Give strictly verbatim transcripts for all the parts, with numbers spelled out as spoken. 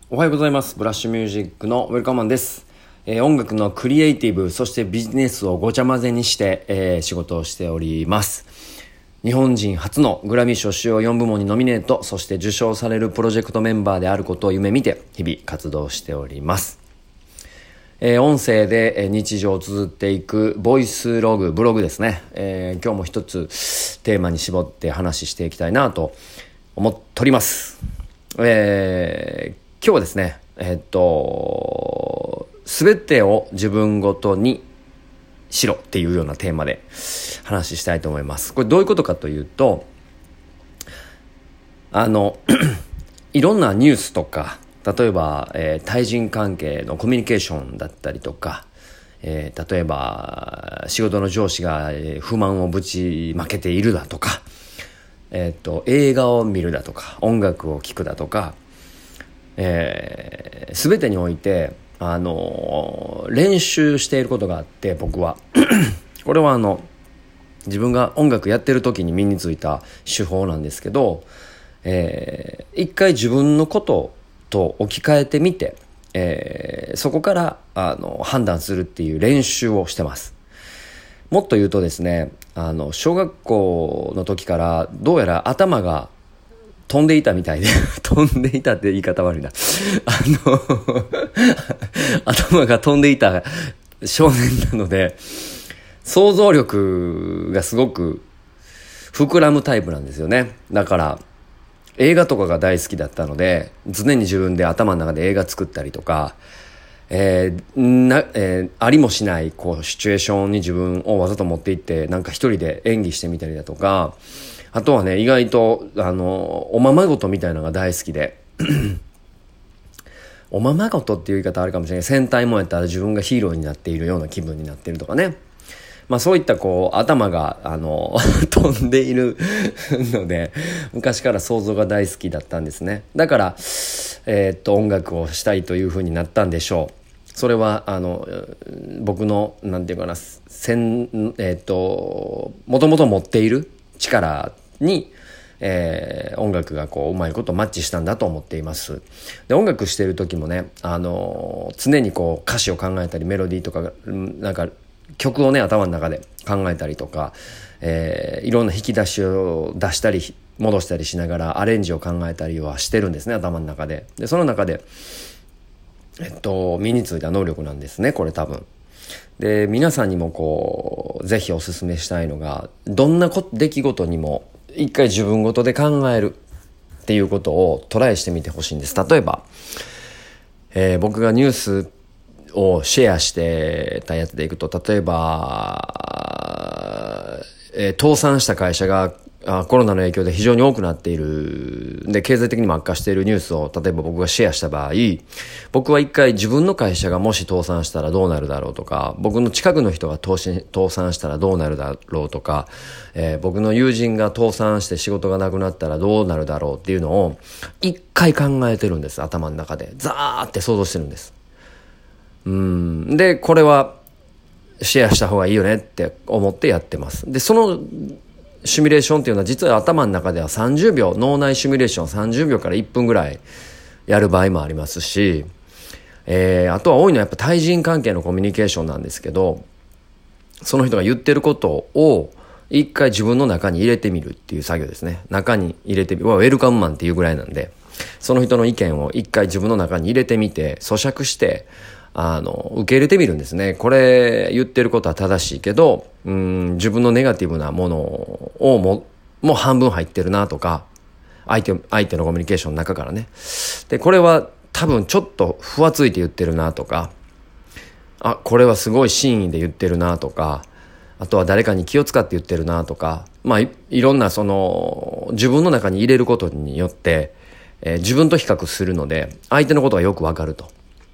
おはようございます。ブラッシュミュージックのウェルカムマンです。えー、音楽のクリエイティブ、そしてビジネスをごちゃ混ぜにして、えー、仕事をしております。日本人初のグラミー賞主要よん部門にノミネート、そして受賞されるプロジェクトメンバーであることを夢見て日々活動しております。えー、音声で日常を綴っていくボイスログ、ブログですね。えー、今日も一つテーマに絞って話していきたいなと思っております。えー今日はですね、えっと、すべてを自分ごとにしろっていうようなテーマで話したいと思います。これどういうことかというと、あの、いろんなニュースとか、例えば、えー、対人関係のコミュニケーションだったりとか、えー、例えば、仕事の上司が不満をぶちまけているだとか、えっと、映画を見るだとか、音楽を聴くだとか、えー、全てにおいて、あのー、練習していることがあって、僕はこれはあの自分が音楽やってる時に身についた手法なんですけど、えー、一回自分のことと置き換えてみて、えー、そこからあの判断するっていう練習をしてます。もっと言うとですね、あの小学校の時からどうやら頭が飛んでいたみたいで飛んでいたって言い方悪いなあの頭が飛んでいた少年なので、想像力がすごく膨らむタイプなんですよね。だから映画とかが大好きだったので、常に自分で頭の中で映画作ったりとか、えーなえー、ありもしないこうシチュエーションに自分をわざと持っていって、なんか一人で演技してみたりだとか、あとはね、意外とあのおままごとみたいなのが大好きでおままごとっていう言い方あるかもしれない。戦隊もやったら自分がヒーローになっているような気分になっているとかね。まあそういったこう頭があの飛んでいるので、昔から想像が大好きだったんですね。だからえー、っと音楽をしたいという風になったんでしょう。それはあの僕のなんていうかな、せんえー、っともともと持っている力に、えー、音楽がこううまいことマッチしたんだと思っています。で、音楽してる時もね、あのー、常にこう歌詞を考えたり、メロディーとかなんか曲をね頭の中で考えたりとか、えー、いろんな引き出しを出したり戻したりしながらアレンジを考えたりはしてるんですね、頭の中で。で、その中でえっと身についた能力なんですね、これ多分。で、皆さんにもこうぜひお勧めしたいのが、どんな出来事にも一回自分ごとで考えるっていうことをトライしてみてほしいんです。例えば、えー、僕がニュースをシェアしてたやつでいくと、例えば、えー、倒産した会社があコロナの影響で非常に多くなっている。で、経済的にも悪化しているニュースを例えば僕がシェアした場合、僕は一回自分の会社がもし倒産したらどうなるだろうとか、僕の近くの人が倒産したらどうなるだろうとか、えー、僕の友人が倒産して仕事がなくなったらどうなるだろうっていうのを一回考えてるんです。頭の中でザーって想像してるんです。うーんで、これはシェアした方がいいよねって思ってやってます。で、そのシミュレーションっていうのは実は頭の中ではさんじゅうびょう、脳内シミュレーションさんじゅうびょうからいっぷんぐらいやる場合もありますし、えー、あとは多いのはやっぱ対人関係のコミュニケーションなんですけど、その人が言ってることを一回自分の中に入れてみるっていう作業ですね。中に入れてみる、ウェルカムマンっていうぐらいなんで、その人の意見を一回自分の中に入れてみて、咀嚼してあの受け入れてみるんですね。これ言ってることは正しいけど、うーん自分のネガティブなものをももう半分入ってるなとか、相手相手のコミュニケーションの中からね。で、これは多分ちょっとふわついて言ってるなとか、あ、これはすごい真意で言ってるなとか、あとは誰かに気を使って言ってるなとか、まあ い, いろんなその自分の中に入れることによって、えー、自分と比較するので相手のことがよくわかると。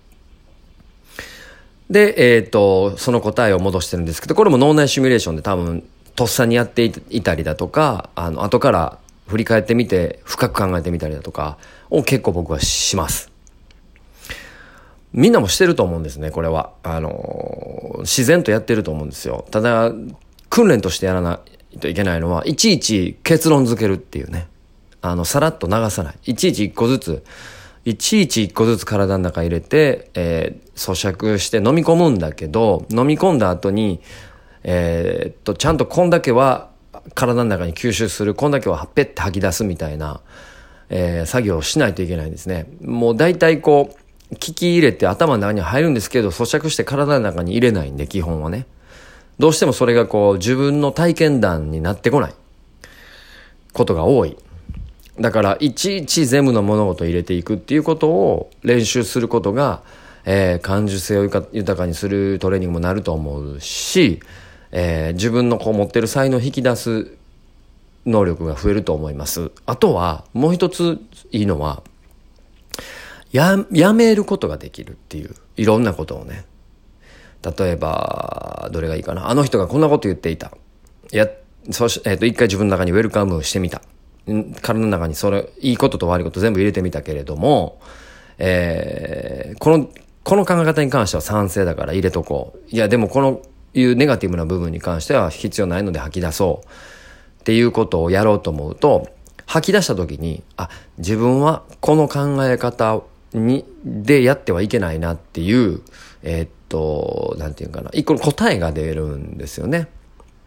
で、えっと、その答えを戻してるんですけど、これも脳内シミュレーションで多分、とっさにやっていたりだとか、あの、後から振り返ってみて、深く考えてみたりだとか、を結構僕はします。みんなもしてると思うんですね、これは。あの、自然とやってると思うんですよ。ただ、訓練としてやらないといけないのは、いちいち結論付けるっていうね。あの、さらっと流さない。いちいち一個ずつ、 いちいち一個ずつ体の中入れて、えー、咀嚼して飲み込むんだけど、飲み込んだ後に、えー、っと、ちゃんとこんだけは体の中に吸収する、こんだけはペッて吐き出すみたいな、えー、作業をしないといけないんですね。もう大体こう、聞き入れて頭の中に入るんですけど、咀嚼して体の中に入れないんで、基本はね。どうしてもそれがこう、自分の体験談になってこないことが多い。だからいちいち全部の物事を入れていくっていうことを練習することが、えー、感受性を豊かにするトレーニングもなると思うし、えー、自分のこう持ってる才能を引き出す能力が増えると思います。あとはもう一ついいのは、ややめることができるっていう、いろんなことをね。例えばどれがいいかな、あの人がこんなこと言っていた、やそし、えー、と一回自分の中にウェルカムしてみた、体の中にそれいいことと悪いこと全部入れてみたけれども、えー、このこの考え方に関しては賛成だから入れとこう、いやでもこのいうネガティブな部分に関しては必要ないので吐き出そうっていうことをやろうと思うと、吐き出した時に、あ、自分はこの考え方にでやってはいけないなっていう、えー、っとなんていうかな、一個の答えが出るんですよね。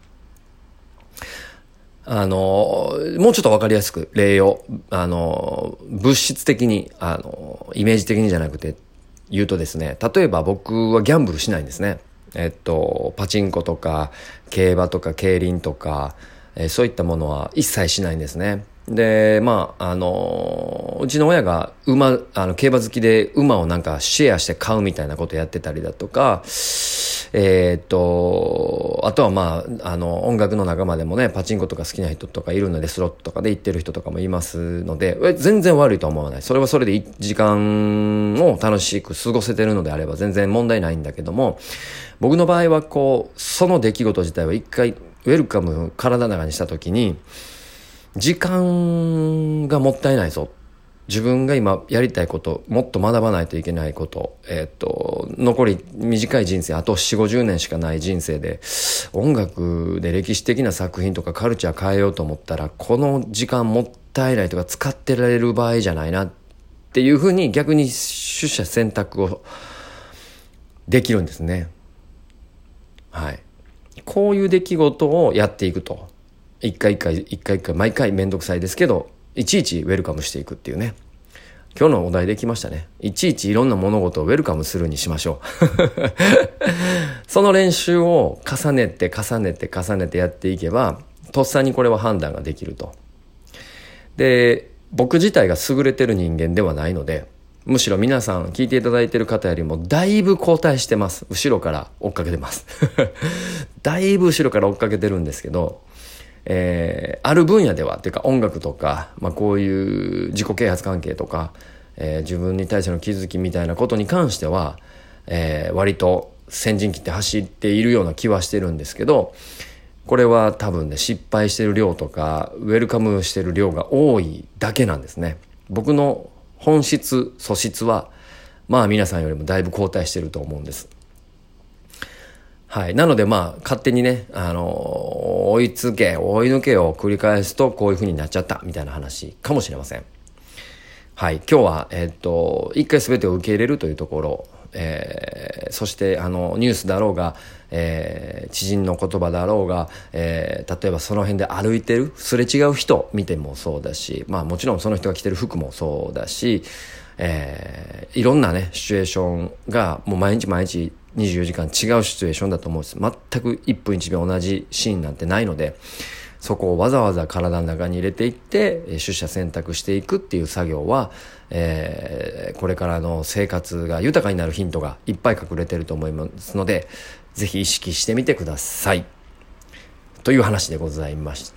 あのもうちょっと分かりやすく例を、あの物質的に、あのイメージ的にじゃなくて言うとですね、例えば僕はギャンブルしないんですね。えっとパチンコとか競馬とか競輪とか、えー、そういったものは一切しないんですね。でまああのうちの親が馬あの競馬好きで馬をなんかシェアして買うみたいなことやってたりだとか、えー、っとあとはまああの音楽の仲間でもね、パチンコとか好きな人とかいるので、スロットとかで行ってる人とかもいますので、全然悪いとは思わない。それはそれで時間を楽しく過ごせてるのであれば全然問題ないんだけども、僕の場合はこうその出来事自体は一回ウェルカム体の中にした時に、時間がもったいないぞ、自分が今やりたいこと、もっと学ばないといけないこと、えー、っと残り短い人生、あとよんじゅうごじゅうねんしかない人生で、音楽で歴史的な作品とかカルチャー変えようと思ったら、この時間もったいないとか使ってられる場合じゃないなっていうふうに、逆に取捨選択をできるんですね。はい、こういう出来事をやっていくと、一回一回一回一回毎回めんどくさいですけど、いちいちウェルカムしていくっていうね。今日のお題できましたね。いちいちいろんな物事をウェルカムするにしましょうその練習を重ねて重ねて重ねてやっていけば、とっさにこれは判断ができると。で、僕自体が優れてる人間ではないので、むしろ皆さん聞いていただいている方よりもだいぶ後退してます。後ろから追っかけてますだいぶ後ろから追っかけてるんですけど、えー、ある分野ではっていうか、音楽とか、まあ、こういう自己啓発関係とか、えー、自分に対しての気づきみたいなことに関しては、えー、割と先陣切って走っているような気はしてるんですけど、これは多分ね、失敗してる量とかウェルカムしてる量が多いだけなんですね。僕の本質素質はまあ皆さんよりもだいぶ後退してると思うんです。はい。なのでまあ勝手にね、あのー、追いつけ追い抜けを繰り返すとこういう風になっちゃったみたいな話かもしれません。はい。今日はえー、っと一回全てを受け入れるというところ、えー、そしてあのニュースだろうが、えー、知人の言葉だろうが、えー、例えばその辺で歩いてるすれ違う人見てもそうだし、まあもちろんその人が着てる服もそうだし、えー、いろんなねシチュエーションがもう毎日毎日にじゅうよじかん違うシチュエーションだと思うんです。全くいっぷんいちびょう同じシーンなんてないので、そこをわざわざ体の中に入れていって取捨選択していくっていう作業は、えー、これからの生活が豊かになるヒントがいっぱい隠れていると思いますので、ぜひ意識してみてくださいという話でございました。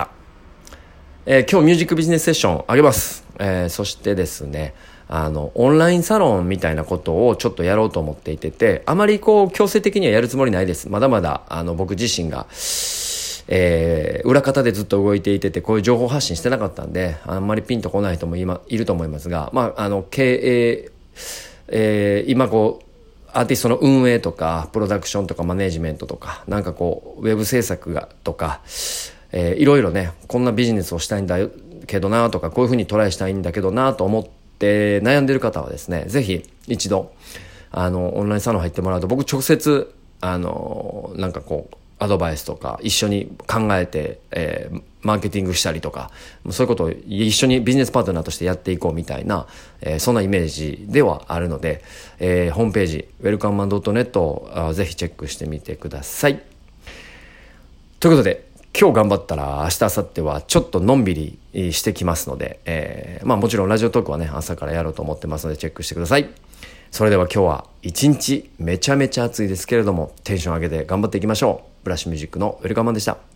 えー、今日ミュージックビジネスセッションあげます。えー、そしてですね、あのオンラインサロンみたいなことをちょっとやろうと思っていてて、あまりこう強制的にはやるつもりないです。まだまだあの僕自身が、えー、裏方でずっと動いていてて、こういう情報発信してなかったんで、あんまりピンとこない人も今いると思いますが、まああの経営、えー、今こうアーティストの運営とかプロダクションとかマネージメントとか、なんかこうウェブ制作がとか、えー、いろいろね、こんなビジネスをしたいんだけどなとか、こういうふうにトライしたいんだけどなと思ってって悩んでる方はですね、ぜひ一度あのオンラインサロン入ってもらうと、僕直接あのなんかこうアドバイスとか一緒に考えて、えー、マーケティングしたりとか、そういうことを一緒にビジネスパートナーとしてやっていこうみたいな、えー、そんなイメージではあるので、えー、ホームページ ウェルカムマンドットネット をぜひチェックしてみてください。ということで、今日頑張ったら明日明後日はちょっとのんびりしてきますので、えー、まあもちろんラジオトークはね朝からやろうと思ってますのでチェックしてください。それでは今日は一日めちゃめちゃ暑いですけれども、テンション上げて頑張っていきましょう。ブラッシュミュージックのウェルカムマンでした。